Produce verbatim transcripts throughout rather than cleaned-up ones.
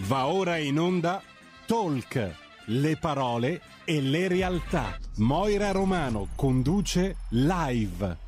Va ora in onda Talk, le parole e le realtà. Moira Romano conduce Live.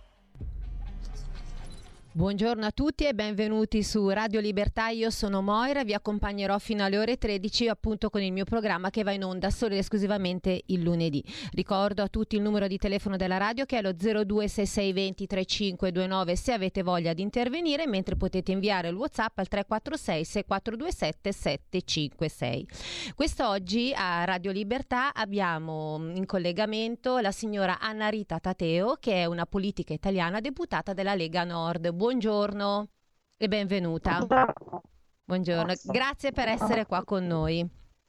Buongiorno a tutti e benvenuti su Radio Libertà. Io sono Moira, vi accompagnerò fino alle ore tredici appunto con il mio programma che va in onda solo ed esclusivamente il lunedì. Ricordo a tutti il numero di telefono della radio che è lo zero due sei sei due zero tre cinque due nove se avete voglia di intervenire, mentre potete inviare il WhatsApp al tre quattro sei sei quattro due sette sette cinque sei. Quest'oggi a Radio Libertà abbiamo in collegamento la signora Anna Rita Tateo, che è una politica italiana deputata della Lega Nord. Buongiorno e benvenuta. Buongiorno, grazie per essere qua con noi.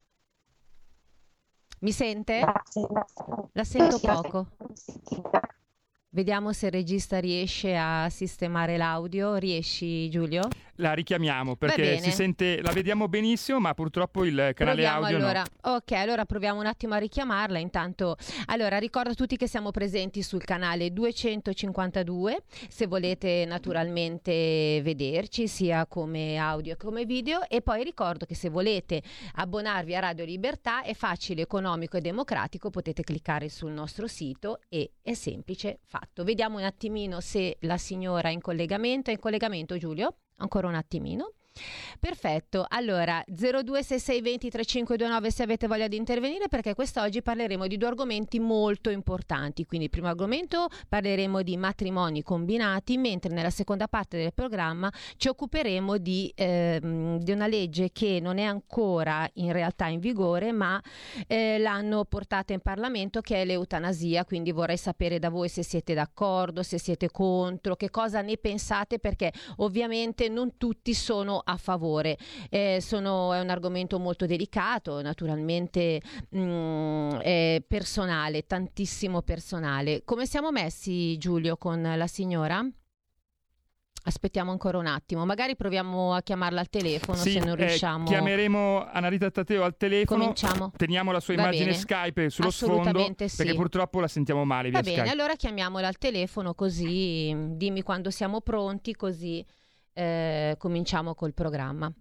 Mi sente? La sento poco. Vediamo se il regista riesce a sistemare l'audio. Riesci, Giulio? La richiamiamo perché si sente, la vediamo benissimo, ma purtroppo il canale proviamo audio allora. no. Ok, allora proviamo un attimo a richiamarla. Intanto, allora ricordo a tutti che siamo presenti sul canale duecentocinquantadue, se volete naturalmente vederci sia come audio che come video, e poi ricordo che se volete abbonarvi a Radio Libertà è facile, economico e democratico, potete cliccare sul nostro sito e è semplice, fatto. Vediamo un attimino se la signora è in collegamento. È in collegamento, Giulio? Ancora un attimino. Perfetto, allora zero due sei sei due zero tre cinque due nove se avete voglia di intervenire, perché quest'oggi parleremo di due argomenti molto importanti. Quindi il primo argomento parleremo di matrimoni combinati, mentre nella seconda parte del programma ci occuperemo di, ehm, di una legge che non è ancora in realtà in vigore, ma eh, l'hanno portata in Parlamento, che è l'eutanasia. Quindi vorrei sapere da voi se siete d'accordo, se siete contro, che cosa ne pensate, perché ovviamente non tutti sono a favore. Eh, sono, è un argomento molto delicato, naturalmente mh, è personale, tantissimo personale. Come siamo messi, Giulio, con la signora? Aspettiamo ancora un attimo, magari proviamo a chiamarla al telefono. Sì, se non eh, riusciamo. Chiameremo Anna Rita Tateo al telefono. Cominciamo. Teniamo la sua Va immagine bene. Skype sullo sfondo, Sì. perché purtroppo la sentiamo male via Va bene, Skype. allora chiamiamola al telefono, così dimmi quando siamo pronti, così eh, cominciamo col programma.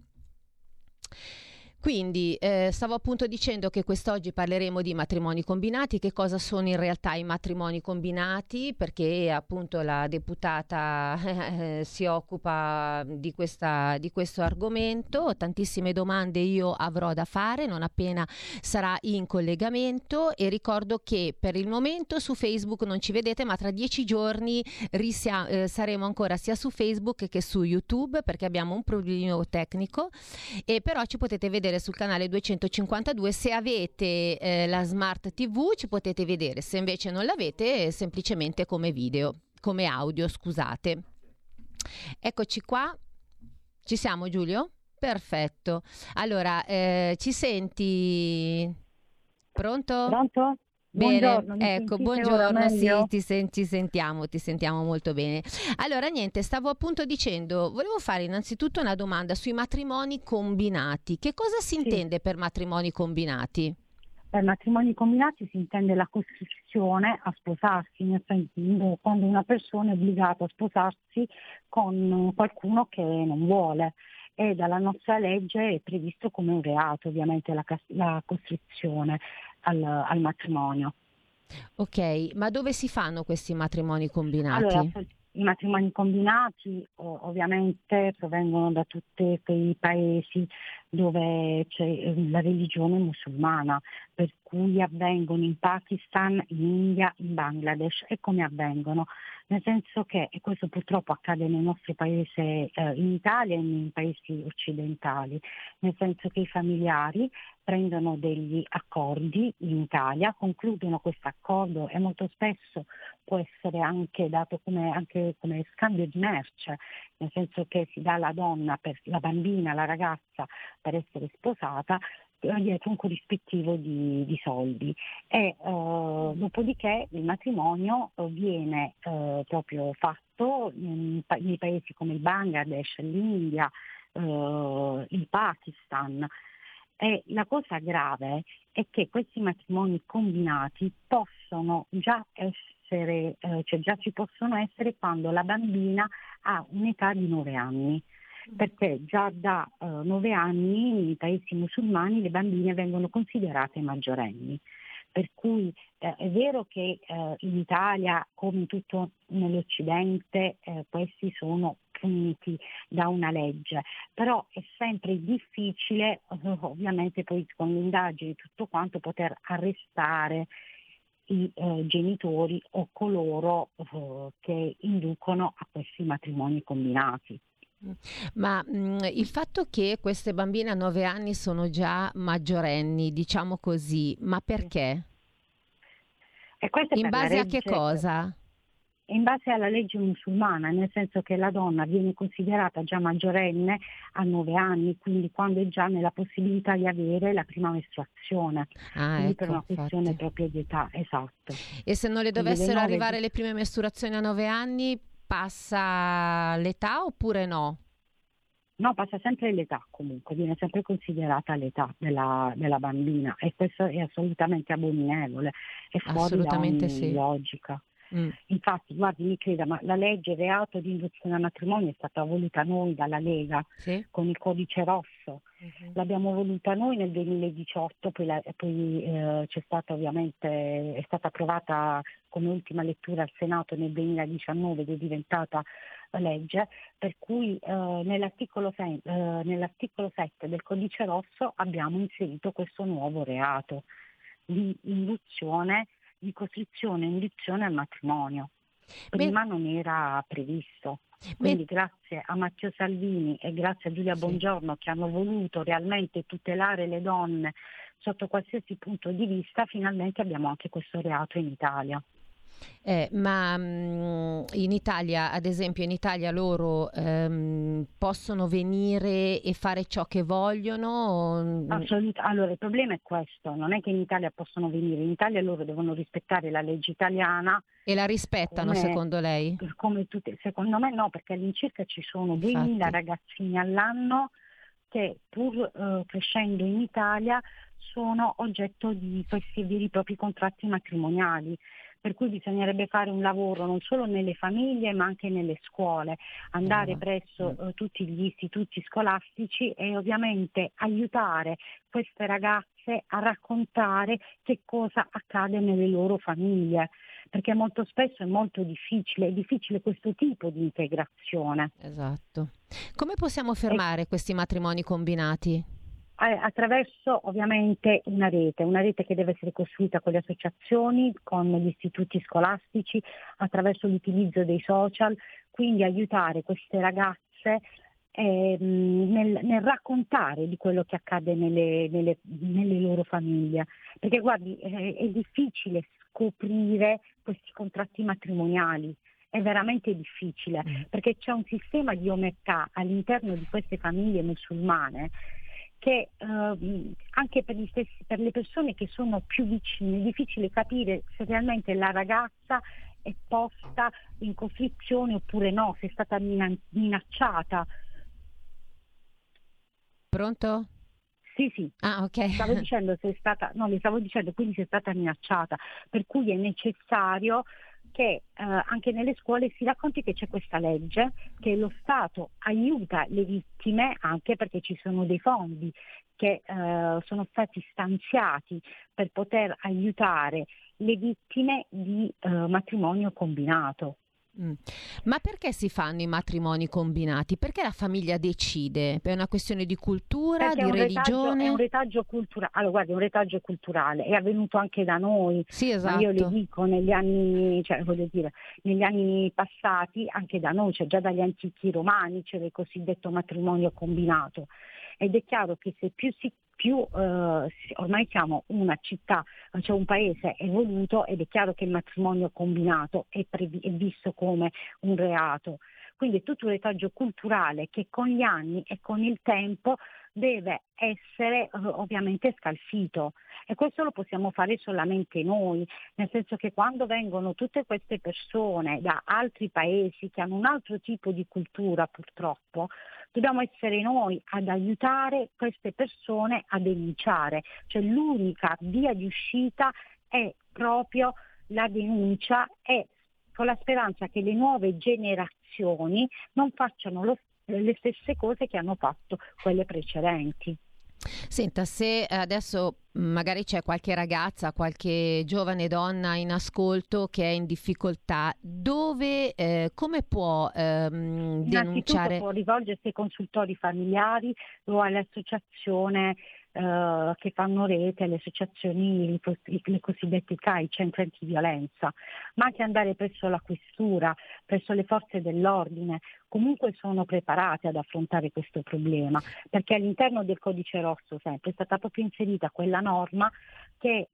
Quindi eh, stavo appunto dicendo che quest'oggi parleremo di matrimoni combinati. Che cosa sono in realtà i matrimoni combinati? Perché appunto la deputata eh, si occupa di, questa, di questo argomento. Tantissime domande io avrò da fare non appena sarà in collegamento, e ricordo che per il momento su Facebook non ci vedete, ma tra dieci giorni risia- eh, saremo ancora sia su Facebook che su YouTube, perché abbiamo un problema tecnico, e però ci potete vedere sul canale duecentocinquantadue. Se avete eh, la Smart T V ci potete vedere, se invece non l'avete semplicemente come video, come audio, scusate. Eccoci qua, ci siamo, Giulio? Perfetto. Allora eh, ci senti? Pronto? Pronto? Bene, Buongiorno, mi ecco, sentite buongiorno, ora sì, meglio? ti, sen- ti sentiamo, ti sentiamo molto bene. Allora, niente, stavo appunto dicendo, volevo fare innanzitutto una domanda sui matrimoni combinati. Che cosa si Sì. intende per matrimoni combinati? Per matrimoni combinati si intende la costrizione a sposarsi, nel senso quando una persona è obbligata a sposarsi con qualcuno che non vuole. E dalla nostra legge è previsto come un reato, ovviamente, la, cas- la costrizione al, al matrimonio. Ok, ma dove si fanno questi matrimoni combinati? Allora, i matrimoni combinati o- ovviamente provengono da tutti quei paesi dove c'è eh, la religione musulmana, per cui avvengono in Pakistan, in India, in Bangladesh. E come avvengono? Nel senso che, e questo purtroppo accade nel nostro paese, eh, in Italia e nei paesi occidentali, nel senso che i familiari prendono degli accordi in Italia, concludono questo accordo e molto spesso può essere anche dato come, anche come scambio di merce, nel senso che si dà alla donna, per la bambina, la ragazza, per essere sposata, dietro un corrispettivo di, di soldi. E eh, dopodiché il matrimonio viene eh, proprio fatto in, nei paesi come il Bangladesh, l'India, eh, il Pakistan. E la cosa grave è che questi matrimoni combinati possono già essere, eh, cioè già ci possono essere quando la bambina ha un'età di nove anni. perché già da eh, nove anni nei paesi musulmani le bambine vengono considerate maggiorenni. Per cui eh, è vero che eh, in Italia, come in tutto nell'Occidente, eh, questi sono puniti da una legge, però è sempre difficile, eh, ovviamente poi con le indagini e tutto quanto, poter arrestare i eh, genitori o coloro eh, che inducono a questi matrimoni combinati. Ma mh, il fatto che queste bambine a nove anni sono già maggiorenni, diciamo così, ma perché? E questo è In per la base a legge, che cosa? in base alla legge musulmana, nel senso che la donna viene considerata già maggiorenne a nove anni, quindi quando è già nella possibilità di avere la prima mestruazione, Ah, quindi ecco, per una questione infatti. proprio di età, esatto. E se non le Quindi le dovessero nove- arrivare le prime mestruazioni a nove anni, passa l'età oppure no? No, passa sempre l'età comunque, viene sempre considerata l'età della, della bambina e questo è assolutamente abominevole, è fuori da Assolutamente ogni sì. logica. Mm. Infatti, guardi, mi creda, ma la legge reato di induzione al matrimonio è stata voluta noi dalla Lega Sì? con il codice rosso. Mhm. L'abbiamo voluta noi nel duemiladiciotto, poi, la, poi eh, c'è stata ovviamente, è stata approvata come ultima lettura al Senato nel duemiladiciannove ed è diventata legge, per cui eh, nell'articolo, sei, eh, nell'articolo sette del codice rosso abbiamo inserito questo nuovo reato di induzione, di costrizione e induzione al matrimonio. Prima non era previsto. Quindi grazie a Matteo Salvini e grazie a Giulia Sì. Bongiorno che hanno voluto realmente tutelare le donne sotto qualsiasi punto di vista, finalmente abbiamo anche questo reato in Italia. Eh, ma mh, in Italia, ad esempio, in Italia loro ehm, possono venire e fare ciò che vogliono? Assolut- allora il problema è questo, non è che in Italia possono venire, in Italia loro devono rispettare la legge italiana. E la rispettano, come, secondo lei? come tutte, secondo me no, perché all'incirca ci sono Infatti. duemila ragazzini all'anno che pur eh, crescendo in Italia sono oggetto di questi veri e propri contratti matrimoniali, per cui bisognerebbe fare un lavoro non solo nelle famiglie ma anche nelle scuole, andare Brava. presso eh, tutti gli istituti scolastici e ovviamente aiutare queste ragazze a raccontare che cosa accade nelle loro famiglie, perché molto spesso è molto difficile, è difficile questo tipo di integrazione. Esatto. Come possiamo fermare e... questi matrimoni combinati? Attraverso ovviamente una rete, una rete che deve essere costruita con le associazioni, con gli istituti scolastici, attraverso l'utilizzo dei social, quindi aiutare queste ragazze eh, nel, nel raccontare di quello che accade nelle, nelle, nelle loro famiglie. Perché guardi, eh, è difficile scoprire questi contratti matrimoniali. È veramente difficile perché c'è un sistema di omertà all'interno di queste famiglie musulmane che eh, anche per, gli stessi, per le persone che sono più vicine è difficile capire se realmente la ragazza è posta in costrizione oppure no, se è stata minacciata. Pronto? Sì, sì. Ah, ok. Stavo dicendo se è stata, no, le stavo dicendo quindi se è stata minacciata, per cui è necessario che eh, anche nelle scuole si racconti che c'è questa legge, che lo Stato aiuta le vittime anche perché ci sono dei fondi che eh, sono stati stanziati per poter aiutare le vittime di eh, matrimonio combinato. Mm. Ma perché si fanno i matrimoni combinati? Perché la famiglia decide? Per una questione di cultura, Perché di è un religione? Retaggio, è un retaggio culturale. Allora, guardi, è un retaggio culturale, è avvenuto anche da noi. Sì, esatto. Ma io le dico, negli anni, cioè voglio dire, negli anni passati anche da noi, cioè già dagli antichi romani c'era il cosiddetto matrimonio combinato. Ed è chiaro che se più si più eh, ormai siamo una città, cioè un paese evoluto ed è chiaro che il matrimonio combinato è, previ- è visto come un reato. Quindi è tutto un retaggio culturale che con gli anni e con il tempo deve essere eh, ovviamente scalfito e questo lo possiamo fare solamente noi, nel senso che quando vengono tutte queste persone da altri paesi che hanno un altro tipo di cultura purtroppo, dobbiamo essere noi ad aiutare queste persone a denunciare, cioè l'unica via di uscita è proprio la denuncia e con la speranza che le nuove generazioni non facciano lo le stesse cose che hanno fatto quelle precedenti. Senta, se adesso magari c'è qualche ragazza, qualche giovane donna in ascolto che è in difficoltà, dove, eh, come può ehm, denunciare? Può rivolgersi ai consultori familiari o all'associazione eh, che fanno rete, alle associazioni, le cosiddette C A I, centri antiviolenza, ma anche andare presso la questura, presso le forze dell'ordine. Comunque sono preparate ad affrontare questo problema, perché all'interno del codice rosso sempre è stata proprio inserita quella norma che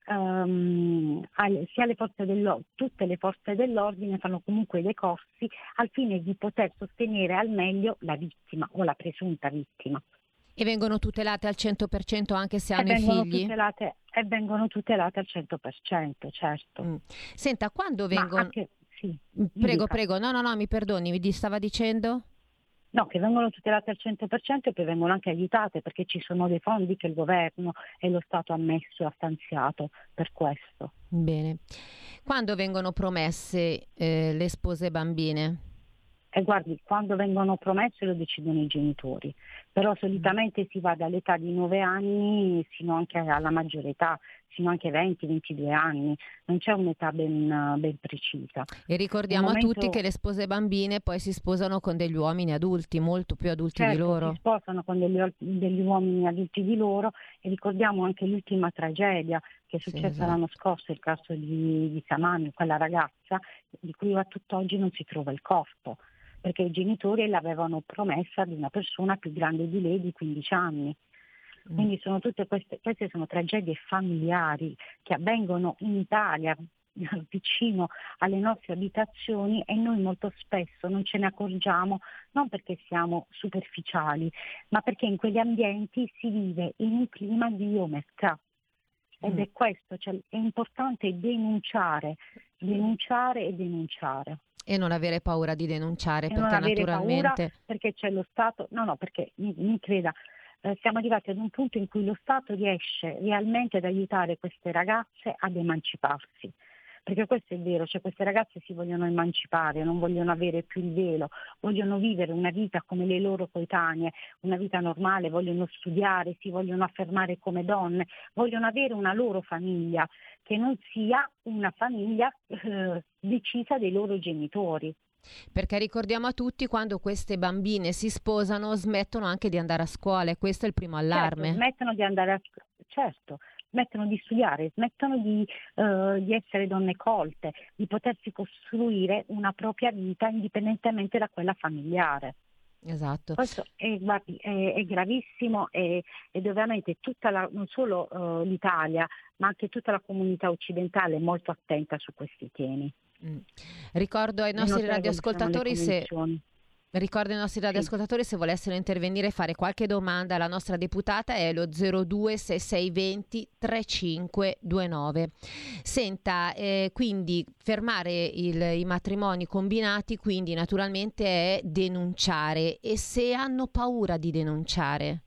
um, sia le forze dello- tutte le forze dell'ordine fanno comunque dei corsi al fine di poter sostenere al meglio la vittima o la presunta vittima. E vengono tutelate al cento per cento anche se e hanno i vengono figli? Tutelate, e vengono tutelate al cento per cento, certo. Mm. Senta, quando vengono... Ma anche, sì, prego, dica. prego, no, no, no, mi perdoni, mi stava dicendo? No, che vengono tutelate al cento per cento e poi vengono anche aiutate, perché ci sono dei fondi che il governo e lo Stato ha messo e ha stanziato per questo. Bene. Quando vengono promesse eh, le spose bambine? E guardi, quando vengono promesse lo decidono i genitori, però solitamente si va dall'età di nove anni sino anche alla maggiore età, sino anche venti ventidue anni, non c'è un'età ben, ben precisa. E ricordiamo momento... a tutti che le spose bambine poi si sposano con degli uomini adulti, molto più adulti certo, di loro. Si sposano con degli, degli uomini adulti di loro, e ricordiamo anche l'ultima tragedia che è successa sì, esatto. l'anno scorso, il caso di, di Samani, quella ragazza di cui a tutt'oggi non si trova il corpo, perché i genitori l'avevano promessa ad una persona più grande di lei di quindici anni. Quindi sono tutte queste, queste sono tragedie familiari che avvengono in Italia, vicino alle nostre abitazioni, e noi molto spesso non ce ne accorgiamo, non perché siamo superficiali, ma perché in quegli ambienti si vive in un clima di omertà. Ed mm. è questo, cioè è importante denunciare, denunciare e denunciare. E non avere paura di denunciare, e perché non avere naturalmente... paura perché c'è lo Stato, no no, perché mi, mi creda, eh, siamo arrivati ad un punto in cui lo Stato riesce realmente ad aiutare queste ragazze ad emanciparsi. Perché questo è vero, cioè queste ragazze si vogliono emancipare, non vogliono avere più il velo, vogliono vivere una vita come le loro coetanee, una vita normale, vogliono studiare, si vogliono affermare come donne, vogliono avere una loro famiglia, che non sia una famiglia eh, decisa dai loro genitori. Perché ricordiamo a tutti, quando queste bambine si sposano smettono anche di andare a scuola, e questo è il primo allarme. Certo, smettono di andare a scuola, certo. Smettono di studiare, smettono di, uh, di essere donne colte, di potersi costruire una propria vita indipendentemente da quella familiare. Esatto. Questo è, guardi, è, è gravissimo, e, ed ovviamente tutta la, non solo uh, l'Italia, ma anche tutta la comunità occidentale è molto attenta su questi temi. Mm. Ricordo ai nostri radioascoltatori se... Ricordo ai nostri radioascoltatori, se volessero intervenire e fare qualche domanda alla nostra deputata, è lo zero due sei sei due zero tre cinque due nove. Senta, eh, quindi fermare il, i matrimoni combinati, quindi naturalmente è denunciare, e se hanno paura di denunciare?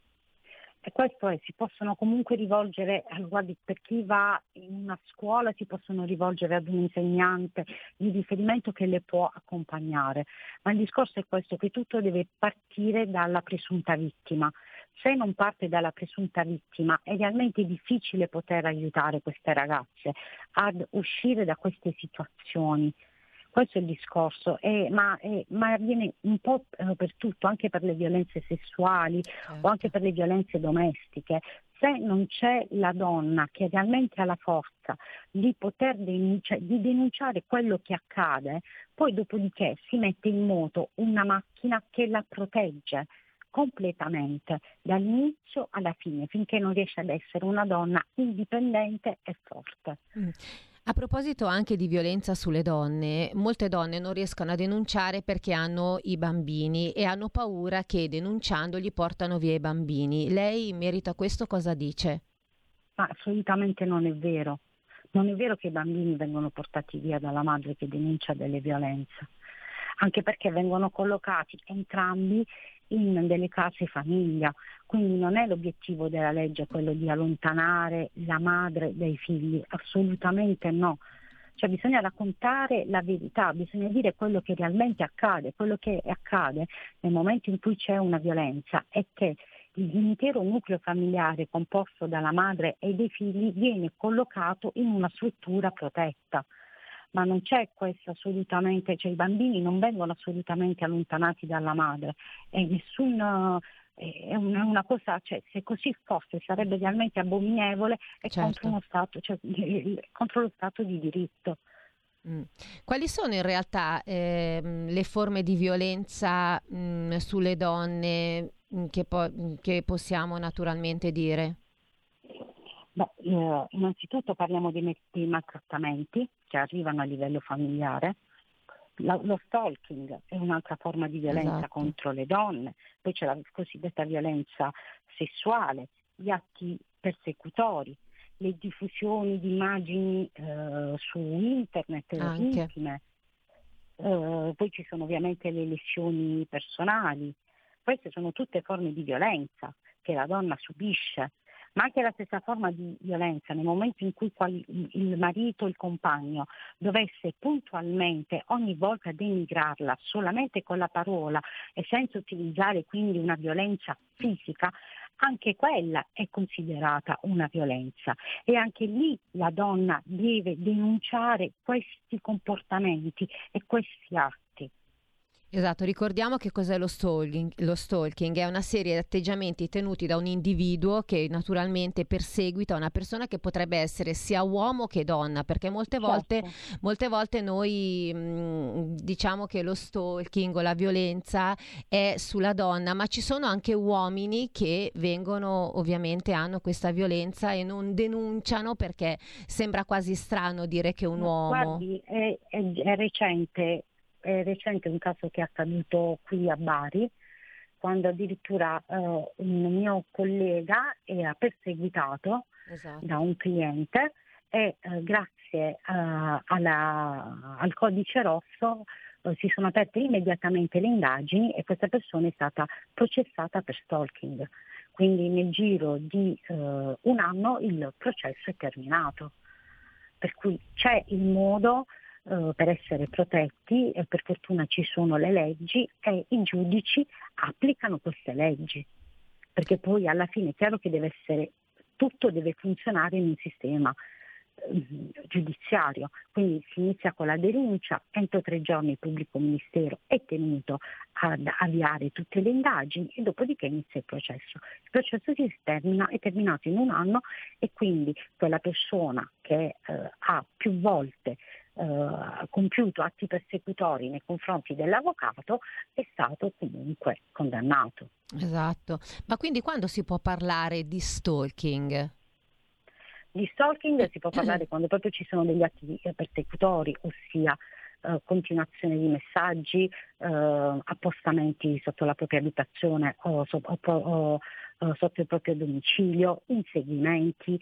E questo è, si possono comunque rivolgere, guardi, per chi va in una scuola si possono rivolgere ad un insegnante di riferimento che le può accompagnare, ma il discorso è questo, che tutto deve partire dalla presunta vittima. Se non parte dalla presunta vittima è realmente difficile poter aiutare queste ragazze ad uscire da queste situazioni. Questo è il discorso, eh, ma, eh, ma avviene un po' eh, per tutto, anche per le violenze sessuali, certo, o anche per le violenze domestiche. Se non c'è la donna che realmente ha la forza di poter denunciare, di denunciare quello che accade, poi dopodiché si mette in moto una macchina che la protegge completamente, dall'inizio alla fine, finché non riesce ad essere una donna indipendente e forte. Mm. A proposito anche di violenza sulle donne, molte donne non riescono a denunciare perché hanno i bambini e hanno paura che denunciando gli portano via i bambini. Lei in merito a questo cosa dice? Ma assolutamente non è vero. Non è vero che i bambini vengono portati via dalla madre che denuncia delle violenze, anche perché vengono collocati entrambi in delle case famiglia, quindi non è l'obiettivo della legge quello di allontanare la madre dai figli, assolutamente no. cioè bisogna raccontare la verità, bisogna dire quello che realmente accade. Quello che accade nel momento in cui c'è una violenza è che l'intero nucleo familiare composto dalla madre e dei figli viene collocato in una struttura protetta. Ma non c'è questo assolutamente, cioè i bambini non vengono assolutamente allontanati dalla madre e nessun, è una, una cosa, cioè se così fosse sarebbe realmente abominevole e Certo. contro uno Stato, cioè contro lo Stato di diritto. Mm. Quali sono in realtà ehm, le forme di violenza mh, sulle donne mh, che, po- che possiamo naturalmente dire? Beh, eh, innanzitutto parliamo di, me- di maltrattamenti che arrivano a livello familiare. La- lo stalking è un'altra forma di violenza Esatto. contro le donne, poi c'è la cosiddetta violenza sessuale, gli atti persecutori, le diffusioni di immagini eh, su internet Anche. intime, eh, poi ci sono ovviamente le lesioni personali. Queste sono tutte forme di violenza che la donna subisce. Ma anche la stessa forma di violenza nel momento in cui quali, il marito, il compagno dovesse puntualmente ogni volta denigrarla solamente con la parola e senza utilizzare quindi una violenza fisica, anche quella è considerata una violenza e anche lì la donna deve denunciare questi comportamenti e questi atti. Esatto, ricordiamo che cos'è lo stalking. Lo stalking è una serie di atteggiamenti tenuti da un individuo che naturalmente perseguita una persona che potrebbe essere sia uomo che donna, perché molte volte, Certo. molte volte noi mh, diciamo che lo stalking o la violenza è sulla donna, ma ci sono anche uomini che vengono, ovviamente hanno questa violenza e non denunciano perché sembra quasi strano dire che un No, uomo... guardi, è, è, è recente. È recente un caso che è accaduto qui a Bari, quando addirittura eh, un mio collega era perseguitato Esatto. da un cliente e eh, grazie eh, alla, al codice rosso eh, si sono aperte immediatamente le indagini e questa persona è stata processata per stalking. Quindi nel giro di eh, un anno il processo è terminato. Per cui c'è il modo Uh, per essere protetti e per fortuna ci sono le leggi e i giudici applicano queste leggi, perché poi alla fine è chiaro che deve essere, tutto deve funzionare in un sistema uh, giudiziario, quindi si inizia con la denuncia, entro tre giorni il pubblico ministero è tenuto ad avviare tutte le indagini e dopodiché inizia il processo. Il processo si termina, è terminato in un anno e quindi quella persona che uh, ha più volte Uh, compiuto atti persecutori nei confronti dell'avvocato è stato comunque condannato. Esatto, ma quindi quando si può parlare di stalking? Di stalking si può parlare quando proprio ci sono degli atti persecutori, ossia uh, continuazione di messaggi, uh, appostamenti sotto la propria abitazione o, so, o, o sotto il proprio domicilio, inseguimenti,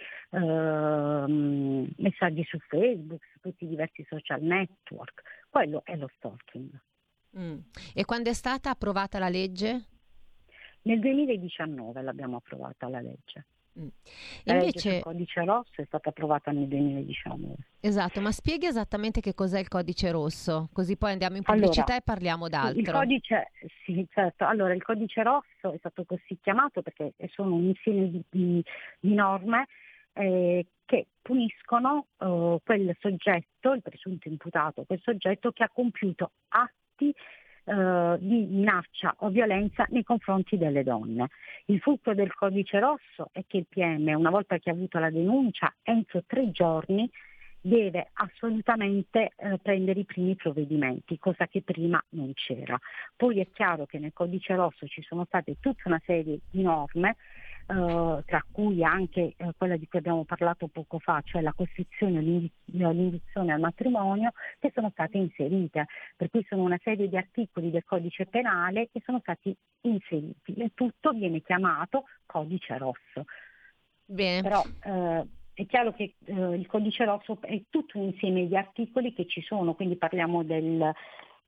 ehm, messaggi su Facebook, su tutti i diversi social network. Quello è lo stalking. Mm. E quando è stata approvata la legge? Nel duemiladiciannove l'abbiamo approvata la legge. Mm. La Invece... legge sul codice rosso è stata approvata nel duemiladiciannove. Esatto, ma spieghi esattamente che cos'è il codice rosso, così poi andiamo in pubblicità allora, e parliamo d'altro. Il codice, sì, certo. Allora, il codice rosso è stato così chiamato perché sono un insieme di, di, di norme eh, che puniscono eh, quel soggetto, il presunto imputato, quel soggetto che ha compiuto atti Uh, di minaccia o violenza nei confronti delle donne. Il fulcro del codice rosso è che il P M, una volta che ha avuto la denuncia, entro tre giorni deve assolutamente eh, prendere i primi provvedimenti, cosa che prima non c'era. Poi è chiaro che nel codice rosso ci sono state tutta una serie di norme, eh, tra cui anche eh, quella di cui abbiamo parlato poco fa, cioè la costrizione e l'indiz- l'indizione al matrimonio, che sono state inserite, per cui sono una serie di articoli del codice penale che sono stati inseriti. Il tutto viene chiamato codice rosso. Bene. Però eh, è chiaro che eh, il codice rosso è tutto un insieme di articoli che ci sono, quindi parliamo del,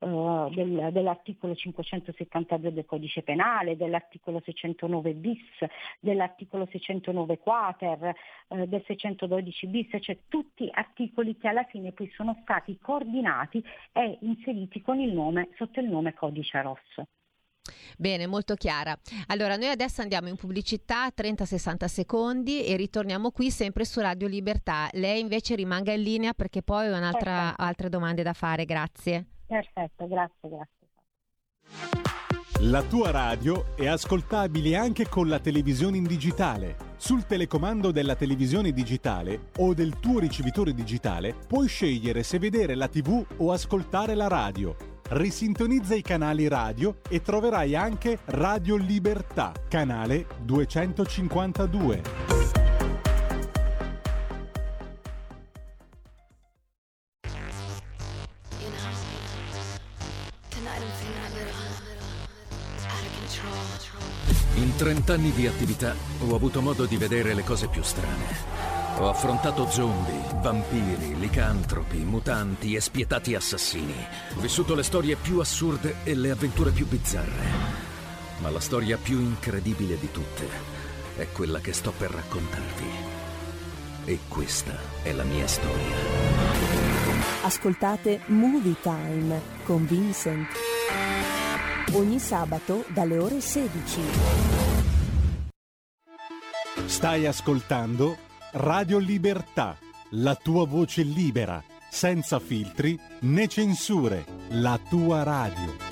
uh, del, dell'articolo cinquecentosettantadue del codice penale, dell'articolo seicentonove bis, dell'articolo seicentonove quater, uh, del seicentododici bis, cioè tutti articoli che alla fine poi sono stati coordinati e inseriti con il nome, sotto il nome codice rosso. Bene, molto chiara. Allora, noi adesso andiamo in pubblicità, trenta sessanta secondi, e ritorniamo qui sempre su Radio Libertà. Lei invece rimanga in linea perché poi ho un'altra, altre domande da fare. Grazie. Perfetto, grazie, grazie. La tua radio è ascoltabile anche con la televisione in digitale. Sul telecomando della televisione digitale o del tuo ricevitore digitale puoi scegliere se vedere la tivù o ascoltare la radio. Risintonizza i canali radio e troverai anche Radio Libertà, canale duecentocinquantadue. In trent'anni di attività ho avuto modo di vedere le cose più strane. Ho affrontato zombie, vampiri, licantropi, mutanti e spietati assassini. Ho vissuto le storie più assurde e le avventure più bizzarre. Ma la storia più incredibile di tutte è quella che sto per raccontarvi. E questa è la mia storia. Ascoltate Movie Time con Vincent. Ogni sabato dalle ore sedici. Stai ascoltando Radio Libertà, la tua voce libera, senza filtri né censure, la tua radio.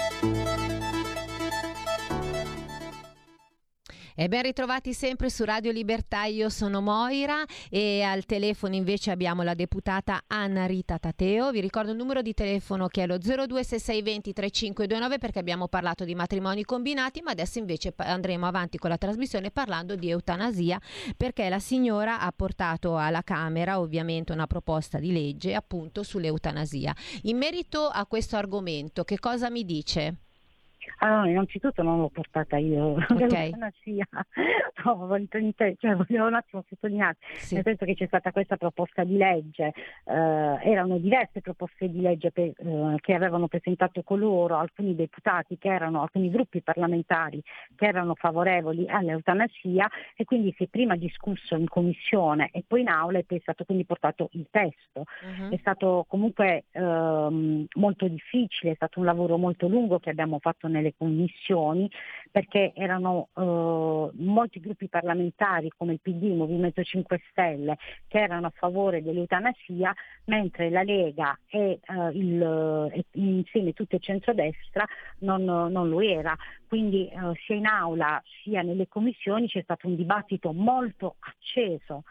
E ben ritrovati sempre su Radio Libertà, io sono Moira e al telefono invece abbiamo la deputata Anna Rita Tateo. Vi ricordo il numero di telefono che è lo zero due sei sei due zero tre cinque due nove perché abbiamo parlato di matrimoni combinati, ma adesso invece andremo avanti con la trasmissione parlando di eutanasia, perché la signora ha portato alla Camera ovviamente una proposta di legge appunto sull'eutanasia. In merito a questo argomento, che cosa mi dice? Allora, innanzitutto non l'ho portata io, okay. no, cioè, volevo un attimo sottolineare, sì. Nel senso che c'è stata questa proposta di legge, eh, erano diverse proposte di legge per, eh, che avevano presentato coloro, alcuni deputati che erano, alcuni gruppi parlamentari che erano favorevoli all'eutanasia, e quindi si è prima discusso in commissione e poi in aula e poi è stato quindi portato il testo. Uh-huh. È stato comunque ehm, molto difficile, è stato un lavoro molto lungo che abbiamo fatto nelle commissioni, perché erano eh, molti gruppi parlamentari come il P D, il Movimento cinque Stelle, che erano a favore dell'eutanasia, mentre la Lega e, eh, il, e insieme tutto il centrodestra non, non lo era. Quindi eh, sia in aula sia nelle commissioni c'è stato un dibattito molto acceso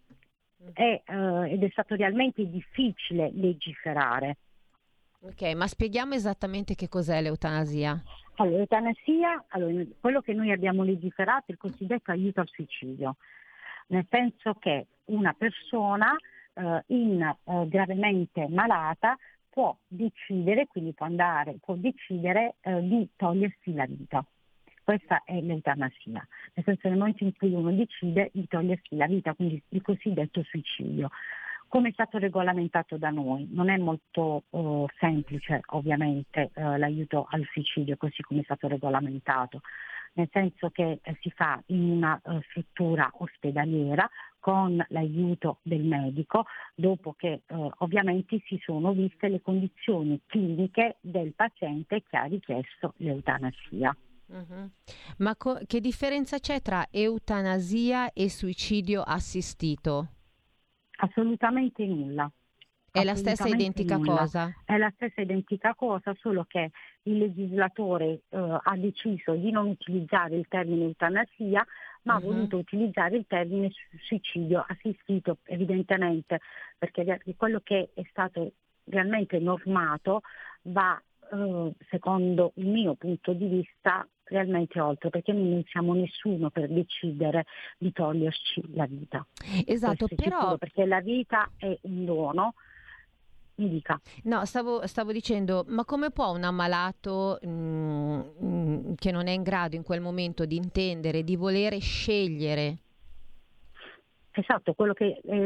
e, eh, ed è stato realmente difficile legiferare. Ok, ma spieghiamo esattamente che cos'è l'eutanasia. Allora, l'eutanasia, allora, quello che noi abbiamo legiferato è il cosiddetto aiuto al suicidio, nel senso che una persona eh, in, eh, gravemente malata può decidere, quindi può andare, può decidere eh, di togliersi la vita. Questa è l'eutanasia, nel senso nel momento in cui uno decide di togliersi la vita, quindi il cosiddetto suicidio. Come è stato regolamentato da noi? Non è molto uh, semplice ovviamente uh, l'aiuto al suicidio così come è stato regolamentato, nel senso che eh, si fa in una uh, struttura ospedaliera con l'aiuto del medico, dopo che uh, ovviamente si sono viste le condizioni cliniche del paziente che ha richiesto l'eutanasia. Uh-huh. Ma co- che differenza c'è tra eutanasia e suicidio assistito? Assolutamente nulla. È la stessa identica nulla. cosa? È la stessa identica cosa, solo che il legislatore eh, ha deciso di non utilizzare il termine eutanasia, ma uh-huh. ha voluto utilizzare il termine suicidio assistito, evidentemente, perché quello che è stato realmente normato va, eh, secondo il mio punto di vista, realmente oltre, perché noi non siamo nessuno per decidere di toglierci la vita. Esatto, però sicuro, perché la vita è un dono. Mi dica. No, stavo, stavo dicendo, ma come può un ammalato mh, mh, che non è in grado in quel momento di intendere, di volere scegliere? Esatto, quello che eh,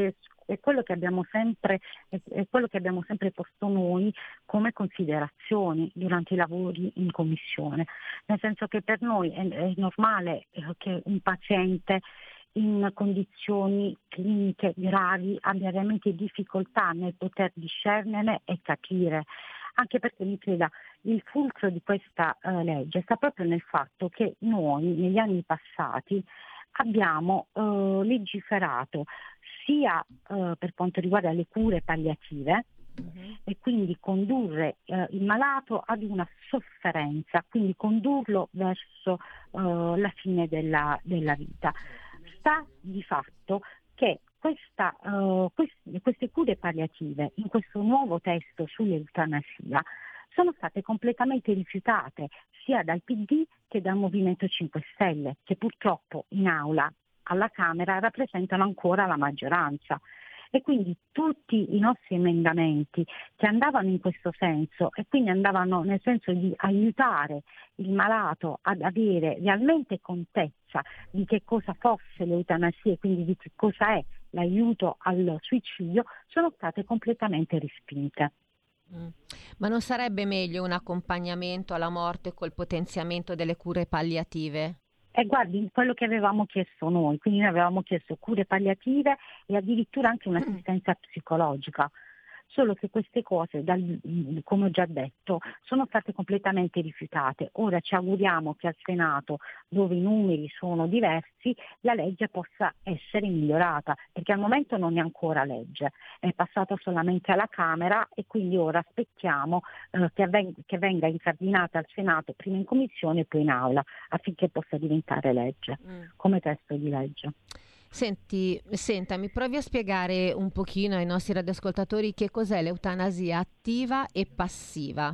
è quello che abbiamo sempre, è, è quello che abbiamo sempre posto noi come considerazioni durante i lavori in commissione, nel senso che per noi è, è normale eh, che un paziente in condizioni cliniche gravi abbia veramente difficoltà nel poter discernere e capire, anche perché mi creda, il fulcro di questa uh, legge sta proprio nel fatto che noi negli anni passati abbiamo uh, legiferato sia uh, per quanto riguarda le cure palliative, uh-huh. e quindi condurre uh, il malato ad una sofferenza, quindi condurlo verso uh, la fine della, della vita. Sta di fatto che questa, uh, quest- queste cure palliative in questo nuovo testo sull'eutanasia sono state completamente rifiutate sia dal P D che dal Movimento cinque Stelle, che purtroppo in aula alla Camera rappresentano ancora la maggioranza. E quindi tutti i nostri emendamenti che andavano in questo senso e quindi andavano nel senso di aiutare il malato ad avere realmente contezza di che cosa fosse l'eutanasia e quindi di che cosa è l'aiuto al suicidio, sono state completamente respinte. Mm. Ma non sarebbe meglio un accompagnamento alla morte col potenziamento delle cure palliative? E guardi, quello che avevamo chiesto noi, quindi noi avevamo chiesto cure palliative e addirittura anche un'assistenza psicologica, solo che queste cose, dal, come ho già detto, sono state completamente rifiutate. Ora ci auguriamo che al Senato, dove i numeri sono diversi, la legge possa essere migliorata, perché al momento non è ancora legge, è passata solamente alla Camera e quindi ora aspettiamo eh, che, avveng- che venga incardinata al Senato, prima in commissione e poi in aula, affinché possa diventare legge, mm. come testo di legge. Senti, senta, mi provi a spiegare un pochino ai nostri radioascoltatori che cos'è l'eutanasia attiva e passiva?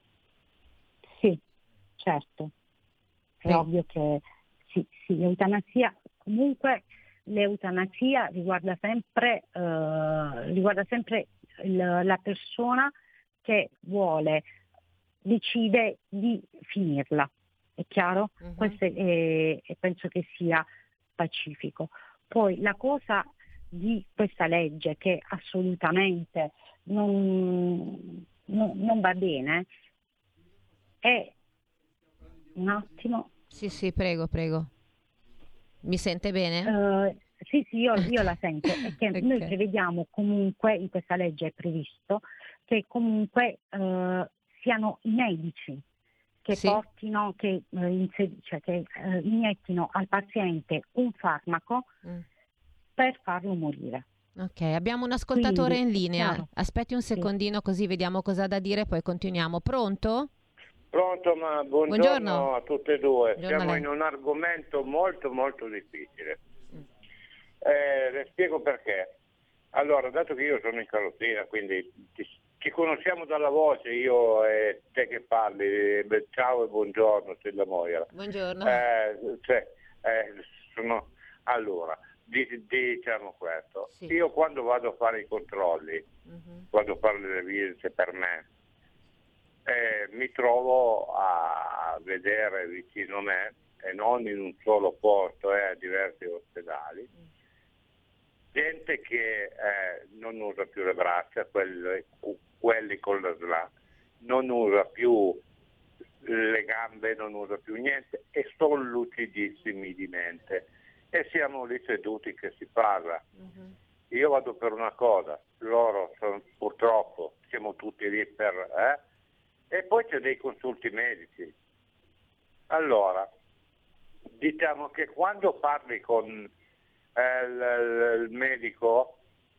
Sì, certo. È sì. Ovvio che sì, sì, l'eutanasia, comunque l'eutanasia riguarda sempre, eh, riguarda sempre il, la persona che vuole, decide di finirla. È chiaro? Uh-huh. Questo è, è, penso che sia pacifico. Poi la cosa di questa legge che assolutamente non, non, non va bene è un attimo. Sì, sì, prego, prego. Mi sente bene? Uh, sì, sì, io, io la sento. È che okay. Noi prevediamo comunque, in questa legge è previsto, che comunque uh, siano i medici che sì. portino, che, uh, inser- cioè, che uh, iniettino al paziente un farmaco mm. per farlo morire. Ok, abbiamo un ascoltatore Quindi, in linea. Aspetti un secondino sì. così vediamo cosa ha da dire, poi continuiamo. Pronto? Pronto, ma buongiorno, buongiorno. a tutte e due. Buongiorno Siamo in un argomento molto molto difficile. Mm. Eh, le spiego perché. Allora, dato che io sono in carrozzina, quindi ti, ci conosciamo dalla voce, io e te che parli, beh, ciao e buongiorno, Stella Moira. Buongiorno. Eh, cioè, eh, sono... Allora, diciamo questo, sì. Io quando vado a fare i controlli, uh-huh. vado a fare le visite per me, eh, mi trovo a vedere vicino a me, e non in un solo posto, eh, a diversi ospedali, uh-huh. gente che eh, non usa più le braccia, quelli, quelli con la S L A, non usa più le gambe, non usa più niente e sono lucidissimi di mente. E siamo lì seduti che si parla. Uh-huh. Io vado per una cosa, loro sono, purtroppo siamo tutti lì per... Eh? E poi c'è dei consulti medici. Allora, diciamo che quando parli con eh, il, il medico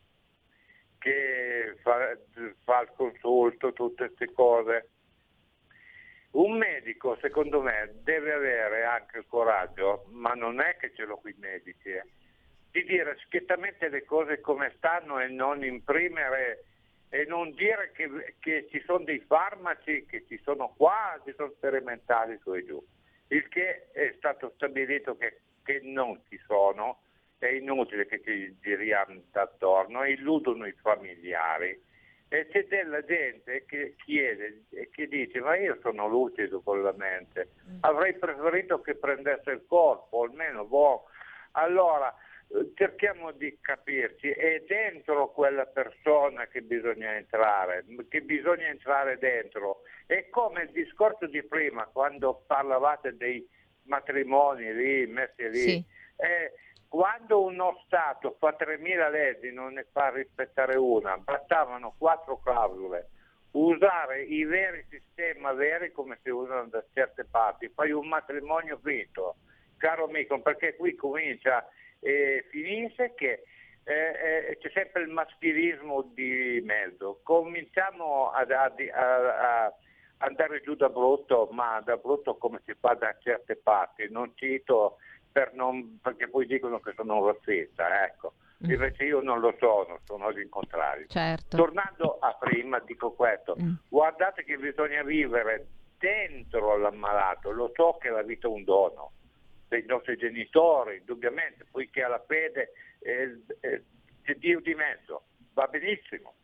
che fa, fa il consulto, tutte queste cose, un medico, secondo me, deve avere anche il coraggio, ma non è che ce l'ho qui i medici, eh, di dire schiettamente le cose come stanno e non imprimere e non dire che, che ci sono dei farmaci, che ci sono qua, ci sono sperimentali su e giù. Il che è stato stabilito che, che non ci sono, è inutile che ci giriamo attorno, illudono i familiari. E c'è della gente che chiede e che dice ma io sono lucido con la mente, avrei preferito che prendesse il corpo, almeno boh. Allora cerchiamo di capirci, è dentro quella persona che bisogna entrare, che bisogna entrare dentro. È come il discorso di prima, quando parlavate dei matrimoni lì, messi lì. Sì. Eh, quando uno Stato fa tremila leggi, non ne fa rispettare una, bastavano quattro clausole. Usare i veri sistemi veri come si usano da certe parti, fai un matrimonio finto, caro amico, perché qui comincia e finisce che eh, eh, c'è sempre il maschilismo di mezzo. Cominciamo ad, ad, a, a andare giù da brutto, ma da brutto come si fa da certe parti, non cito per non, perché poi dicono che sono un razzista, ecco. Invece io non lo sono, sono il contrario. Certo. Tornando a prima, dico questo, mm. guardate che bisogna vivere dentro l'ammalato, lo so che la vita è un dono dei nostri genitori, indubbiamente, poiché alla fede eh, eh, c'è Dio di mezzo, va benissimo,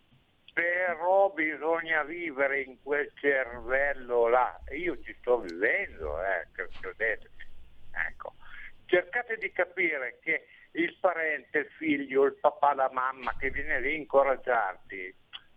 però bisogna vivere in quel cervello là, e io ci sto vivendo, eh, credetemi, ecco. Cercate di capire che il parente, il figlio, il papà, la mamma che viene lì a incoraggiarti, eh,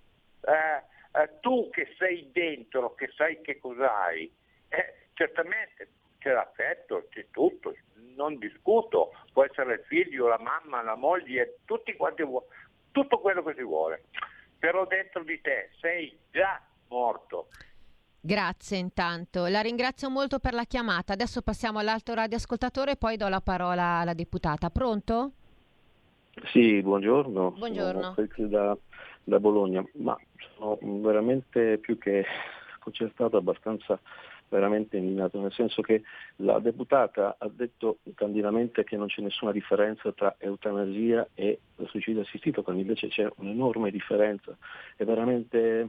eh, tu che sei dentro, che sai che cos'hai, eh, certamente c'è l'affetto, c'è tutto, non discuto, può essere il figlio, la mamma, la moglie, tutti quanti vuoi, tutto quello che si vuole, però dentro di te sei già morto. Grazie intanto, la ringrazio molto per la chiamata. Adesso passiamo all'altro radioascoltatore e poi do la parola alla deputata. Pronto? Sì, buongiorno. Buongiorno. Sono da, da Bologna, ma sono veramente più che concertato, abbastanza veramente indignato, nel senso che la deputata ha detto candidamente che non c'è nessuna differenza tra eutanasia e suicidio assistito, quando invece c'è un'enorme differenza. È veramente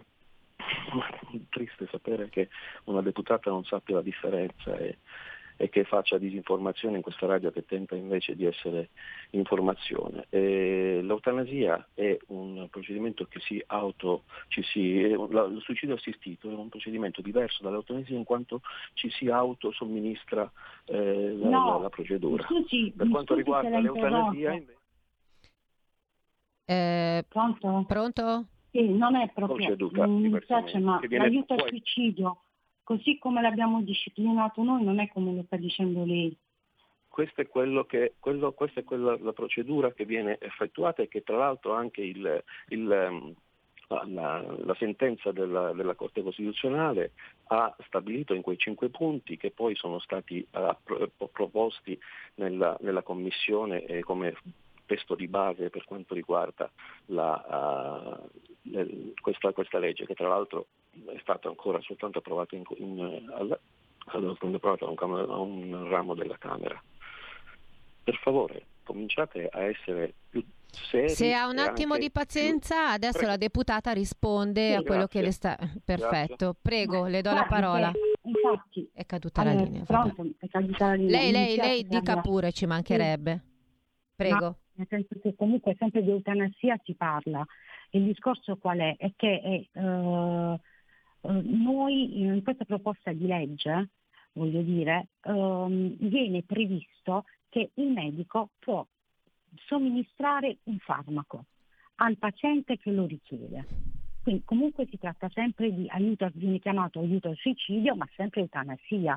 triste sapere che una deputata non sappia la differenza e, e che faccia disinformazione in questa radio che tenta invece di essere informazione. E l'eutanasia è un procedimento che si auto, ci si, il suicidio assistito è un procedimento diverso dall'eutanasia in quanto ci si autosomministra eh, la, no, la, la procedura. Scusi, per quanto scusi riguarda l'eutanasia invece... eh, pronto? Pronto? Sì, non è proprio, mi dispiace, ma l'aiuto al suicidio, così come l'abbiamo disciplinato noi, non è come lo sta dicendo lei. Questo è quello che, quello, questa è quella, la procedura che viene effettuata e che tra l'altro anche il, il, la, la sentenza della, della Corte Costituzionale ha stabilito in quei cinque punti che poi sono stati uh, proposti nella, nella Commissione eh, come testo di base per quanto riguarda la, uh, questa, questa legge, che tra l'altro è stata ancora soltanto approvata in, in, alla, approvata a un, a un ramo della Camera. Per favore, cominciate a essere più seri. Se ha un attimo di pazienza, più... adesso Prego. La deputata risponde sì, a quello grazie. Che le sta... Perfetto, grazie. Prego, le do Guardi, la parola. Infatti, è caduta allora, la linea. Pronto, è caduta la linea. Lei, lei, lei dica pure, ci mancherebbe. Sì. Prego. No, nel senso che comunque sempre di eutanasia si parla. Il discorso qual è? È che è, uh, uh, noi in questa proposta di legge, voglio dire, um, viene previsto che il medico può somministrare un farmaco al paziente che lo richiede. Quindi comunque si tratta sempre di aiuto, viene chiamato aiuto al suicidio, ma sempre eutanasia.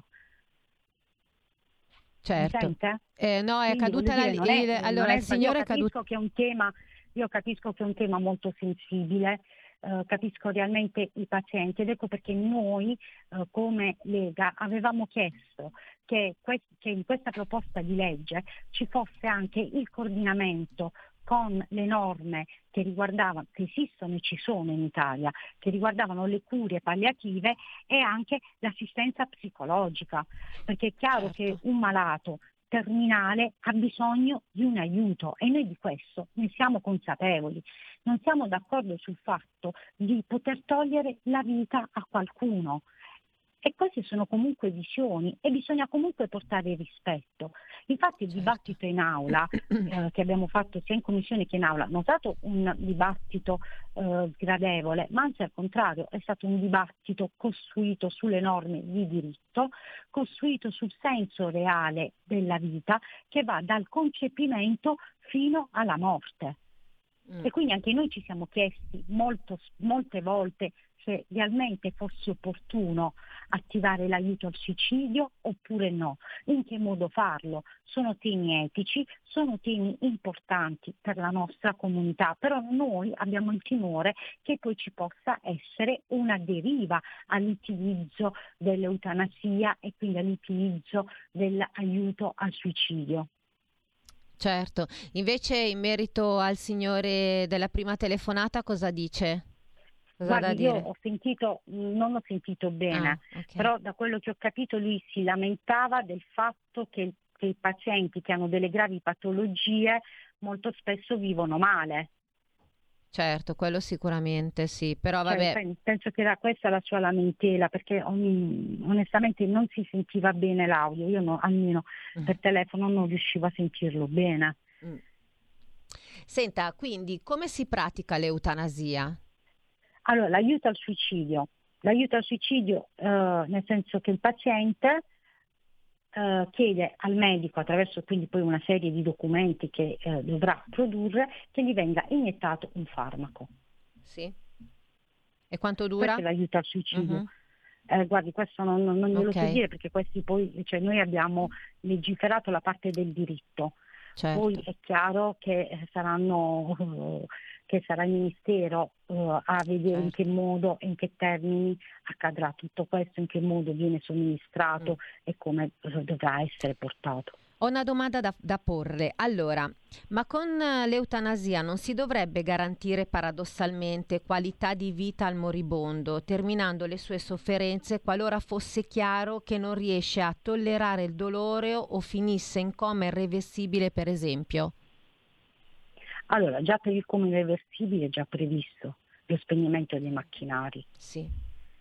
Certo. Eh, no, è Quindi, caduta la linea. Allora, il signore è caduto. Che è un tema, io capisco che è un tema molto sensibile, eh, capisco realmente i pazienti ed ecco perché noi eh, come Lega avevamo chiesto che, que- che in questa proposta di legge ci fosse anche il coordinamento con le norme che riguardavano, che esistono e ci sono in Italia, che riguardavano le cure palliative e anche l'assistenza psicologica, perché è chiaro certo. che un malato terminale ha bisogno di un aiuto e noi di questo ne siamo consapevoli. Non siamo d'accordo sul fatto di poter togliere la vita a qualcuno. E queste sono comunque visioni e bisogna comunque portare rispetto. Infatti il certo. dibattito in aula eh, che abbiamo fatto sia in commissione che in aula non è stato un dibattito eh, sgradevole, ma anzi al contrario è stato un dibattito costruito sulle norme di diritto, costruito sul senso reale della vita che va dal concepimento fino alla morte. Mm. E quindi anche noi ci siamo chiesti molto, molte volte se realmente fosse opportuno attivare l'aiuto al suicidio oppure no, in che modo farlo. Sono temi etici, sono temi importanti per la nostra comunità, però noi abbiamo il timore che poi ci possa essere una deriva all'utilizzo dell'eutanasia e quindi all'utilizzo dell'aiuto al suicidio. Certo, invece in merito al signore della prima telefonata cosa dice? Cosa Guardi, da dire? Io ho sentito, non ho sentito bene, ah, okay. però da quello che ho capito lui si lamentava del fatto che, che i pazienti che hanno delle gravi patologie molto spesso vivono male. Certo, quello sicuramente sì, però vabbè. Cioè, penso che era questa la sua lamentela, perché ogni, onestamente non si sentiva bene l'audio, io no, almeno mm. per telefono non riuscivo a sentirlo bene. Mm. Senta, quindi come si pratica l'eutanasia? Allora, l'aiuto al suicidio. L'aiuto al suicidio eh, nel senso che il paziente eh, chiede al medico, attraverso quindi poi una serie di documenti che eh, dovrà produrre, che gli venga iniettato un farmaco. Sì. E quanto dura? Questo è l'aiuto al suicidio. Uh-huh. Eh, guardi, questo non, non, non glielo okay. so dire perché questi poi, cioè noi abbiamo legiferato la parte del diritto. Certo. Poi è chiaro che saranno uh, che sarà il Ministero uh, a vedere certo. in che modo e in che termini accadrà tutto questo, in che modo viene somministrato mm. e come uh, dovrà essere portato. Ho una domanda da, da porre. Allora, ma con l'eutanasia non si dovrebbe garantire paradossalmente qualità di vita al moribondo, terminando le sue sofferenze qualora fosse chiaro che non riesce a tollerare il dolore o finisse in coma irreversibile, per esempio? Allora, già per il coma irreversibile è già previsto lo spegnimento dei macchinari. Sì.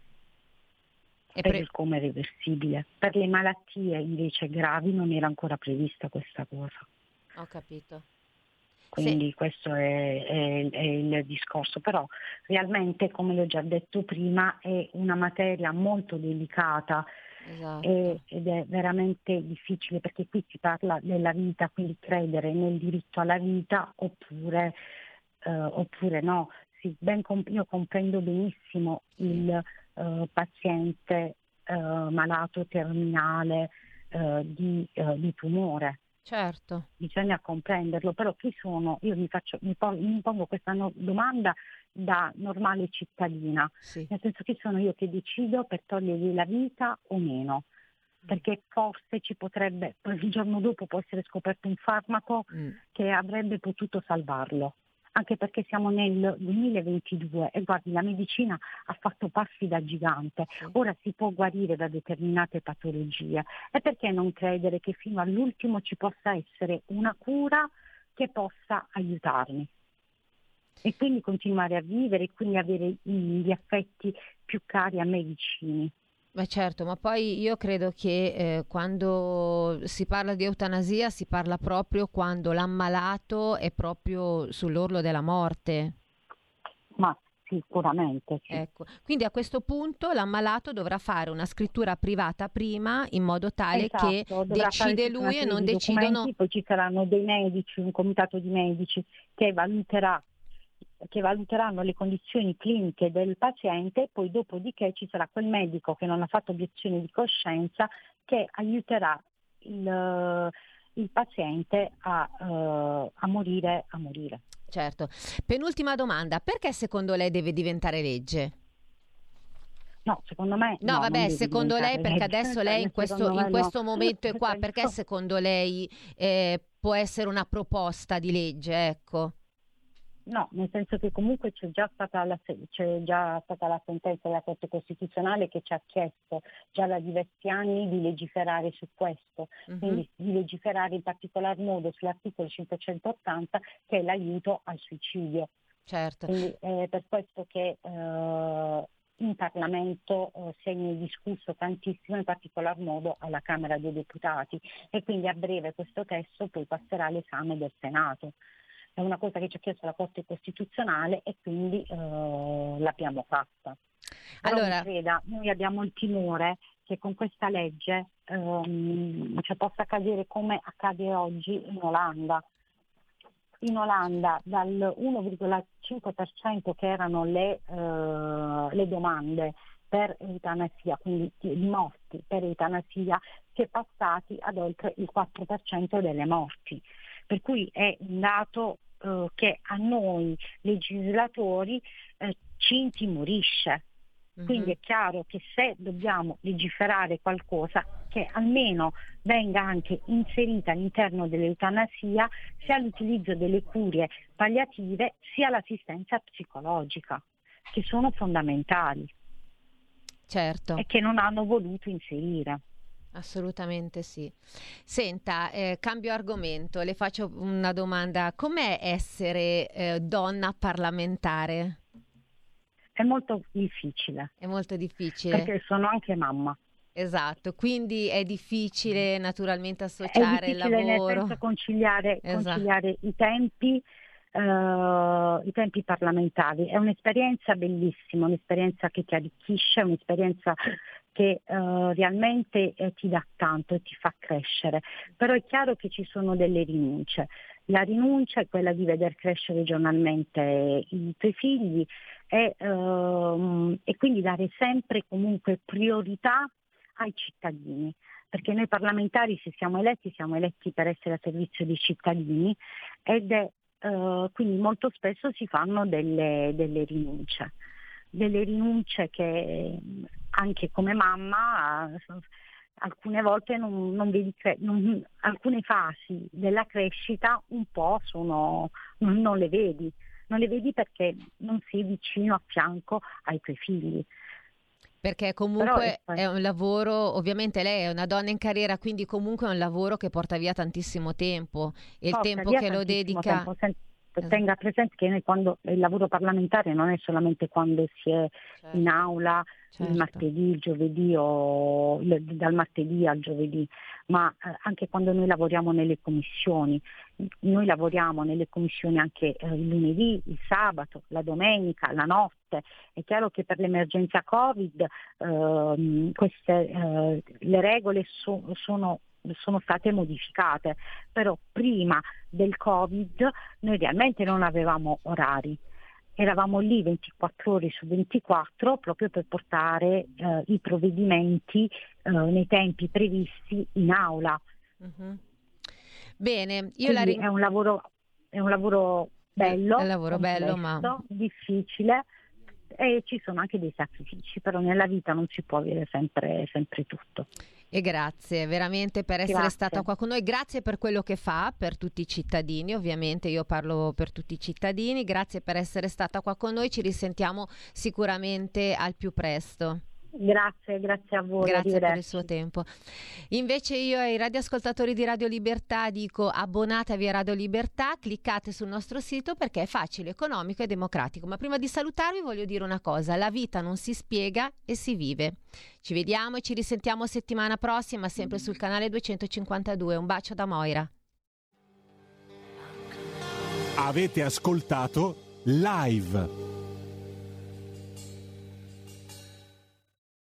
E per pre- il coma irreversibile. Per le malattie invece gravi non era ancora prevista questa cosa. Ho capito. Quindi sì. questo è, è, è il discorso, però realmente, come l'ho già detto prima, è una materia molto delicata. Esatto. e, ed è veramente difficile perché qui si parla della vita, quindi credere nel diritto alla vita oppure, eh, oppure no. Sì, ben comp- io comprendo benissimo il Uh, paziente uh, malato terminale uh, di, uh, di tumore. Certo. Bisogna comprenderlo, però chi sono? Io mi, faccio, mi, pon- mi pongo questa no- domanda da normale cittadina, sì. nel senso chi sono io che decido per togliergli la vita o meno? Perché forse ci potrebbe, il giorno dopo può essere scoperto un farmaco mm. che avrebbe potuto salvarlo. Anche perché siamo nel duemilaventidue e guardi, la medicina ha fatto passi da gigante, sì. Ora si può guarire da determinate patologie e perché non credere che fino all'ultimo ci possa essere una cura che possa aiutarmi e quindi continuare a vivere e quindi avere gli affetti più cari a me vicini. Beh certo, ma poi io credo che eh, quando si parla di eutanasia si parla proprio quando l'ammalato è proprio sull'orlo della morte. Ma sicuramente sì. Ecco, quindi a questo punto l'ammalato dovrà fare una scrittura privata prima in modo tale esatto, che decide lui e non decidono. Poi ci saranno dei medici, un comitato di medici che valuterà che valuteranno le condizioni cliniche del paziente e poi dopodiché ci sarà quel medico che non ha fatto obiezione di coscienza che aiuterà il, il paziente a, uh, a morire a morire. Certo. Penultima domanda, perché secondo lei deve diventare legge? No, secondo me No, no, vabbè, secondo lei, perché legge. adesso lei in questo, in questo no. momento è qua, perché secondo lei eh, può essere una proposta di legge, ecco? No, nel senso che comunque c'è già stata la, c'è già stata la sentenza della Corte Costituzionale che ci ha chiesto già da diversi anni di legiferare su questo, uh-huh. quindi di legiferare in particolar modo sull'articolo cinquecentottanta che è l'aiuto al suicidio. Certo. Quindi è per questo che eh, in Parlamento eh, si è discusso tantissimo, in particolar modo alla Camera dei Deputati, e quindi a breve questo testo poi passerà all'esame del Senato. È una cosa che ci ha chiesto la Corte Costituzionale e quindi eh, l'abbiamo fatta. Però allora, creda, noi abbiamo il timore che con questa legge ehm, cioè possa accadere come accade oggi in Olanda. In Olanda dal uno virgola cinque per cento che erano le, eh, le domande per eutanasia, quindi di morti per eutanasia, si è passati ad oltre il quattro per cento delle morti. Per cui è un dato eh, che a noi legislatori eh, ci intimorisce. Quindi è chiaro che se dobbiamo legiferare qualcosa, che almeno venga anche inserita all'interno dell'eutanasia sia l'utilizzo delle cure palliative sia l'assistenza psicologica, che sono fondamentali. Certo. E che non hanno voluto inserire. Assolutamente sì. Senta, eh, cambio argomento, le faccio una domanda. Com'è essere eh, donna parlamentare? È molto difficile. È molto difficile. Perché sono anche mamma. Esatto, quindi è difficile naturalmente associare il lavoro. È difficile nel senso conciliare, esatto. conciliare i tempi, uh, i tempi parlamentari. È un'esperienza bellissima, un'esperienza che ti arricchisce, un'esperienza che uh, realmente eh, ti dà tanto e ti fa crescere. Però è chiaro che ci sono delle rinunce. La rinuncia è quella di veder crescere giornalmente i tuoi figli e, uh, e quindi dare sempre comunque priorità ai cittadini, perché noi parlamentari, se siamo eletti, siamo eletti per essere a servizio dei cittadini, ed è uh, quindi molto spesso si fanno delle, delle rinunce, delle rinunce che anche come mamma alcune volte non, non vedi, non, alcune fasi della crescita un po' sono, non, non le vedi, non le vedi perché non sei vicino a fianco ai tuoi figli. Perché comunque è, è un lavoro, ovviamente lei è una donna in carriera, quindi comunque è un lavoro che porta via tantissimo tempo e il tempo che lo dedica. Tempo. Tenga presente che noi quando il lavoro parlamentare non è solamente quando si è certo. in aula certo. il martedì, il giovedì o il, dal martedì al giovedì, ma eh, anche quando noi lavoriamo nelle commissioni. Noi lavoriamo nelle commissioni anche eh, il lunedì, il sabato, la domenica, la notte. È chiaro che per l'emergenza Covid eh, queste, eh, le regole so, sono sono state modificate, però prima del Covid noi realmente non avevamo orari, eravamo lì ventiquattro ore su ventiquattro proprio per portare eh, i provvedimenti eh, nei tempi previsti in aula. Uh-huh. Bene, io Quindi la ring- è un lavoro è un lavoro bello, è un lavoro bello, ma difficile, e ci sono anche dei sacrifici, però nella vita non si può avere sempre, sempre tutto. E grazie veramente per essere grazie. stata qua con noi, grazie per quello che fa per tutti i cittadini, ovviamente io parlo per tutti i cittadini, grazie per essere stata qua con noi, ci risentiamo sicuramente al più presto. Grazie, grazie a voi. Grazie per il suo tempo. Invece io ai radioascoltatori di Radio Libertà dico: abbonatevi a Radio Libertà, cliccate sul nostro sito perché è facile, economico e democratico. Ma prima di salutarvi voglio dire una cosa: la vita non si spiega e si vive. Ci vediamo e ci risentiamo settimana prossima sempre sul canale duecentocinquantadue. Un bacio da Moira. Avete ascoltato Live.